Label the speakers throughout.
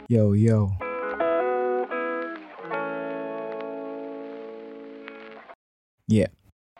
Speaker 1: Yo yo. Yeah.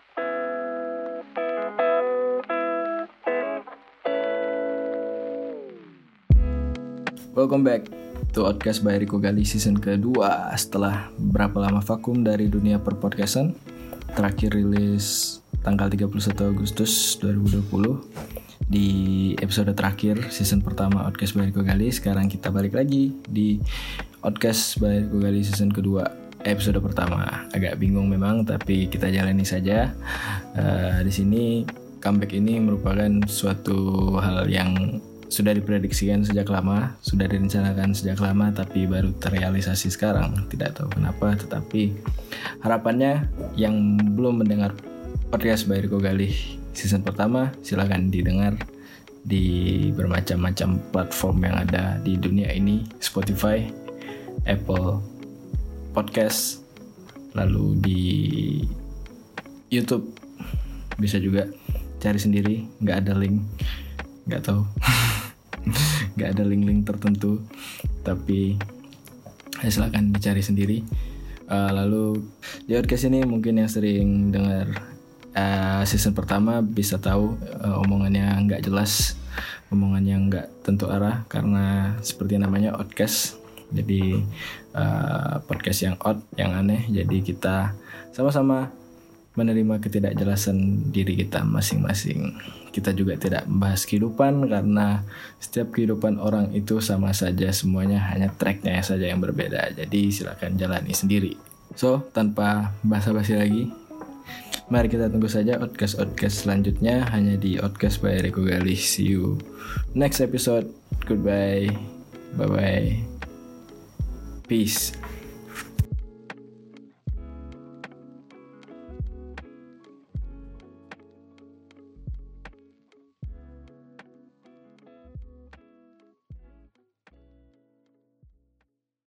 Speaker 1: Welcome back to Podcast by Rico Gali season kedua. Setelah berapa lama vakum dari dunia perpodcastan, terakhir rilis tanggal 31 Agustus 2020 di episode terakhir season pertama Podcast by Rico Gali. Sekarang kita balik lagi di Podcast by Rico Gali season kedua episode pertama. Agak bingung memang, tapi kita jalani saja. Di sini comeback ini merupakan suatu hal yang sudah diprediksikan sejak lama, sudah direncanakan sejak lama, tapi baru terrealisasi sekarang. Tidak tahu kenapa, tetapi harapannya yang belum mendengar podcast by Rico Gali season pertama, silakan didengar di bermacam-macam platform yang ada di dunia ini, Spotify, Apple Podcast, lalu di YouTube bisa juga cari sendiri, nggak ada link, nggak tahu. Gak ada link-link tertentu, tapi silakan dicari sendiri. Lalu di podcast ini mungkin yang sering dengar season pertama bisa tahu omongannya nggak jelas, omongannya nggak tentu arah, karena seperti namanya podcast. Jadi podcast yang odd, yang aneh. Jadi kita sama-sama menerima ketidakjelasan diri kita masing-masing. Kita juga tidak membahas kehidupan, karena setiap kehidupan orang itu sama saja, semuanya hanya tracknya saja yang berbeda. Jadi silakan jalani sendiri. So, tanpa basa-basi lagi, mari kita tunggu saja podcast selanjutnya hanya di Podcast by Rico Gali. See you next episode. Goodbye. Bye-bye. Peace.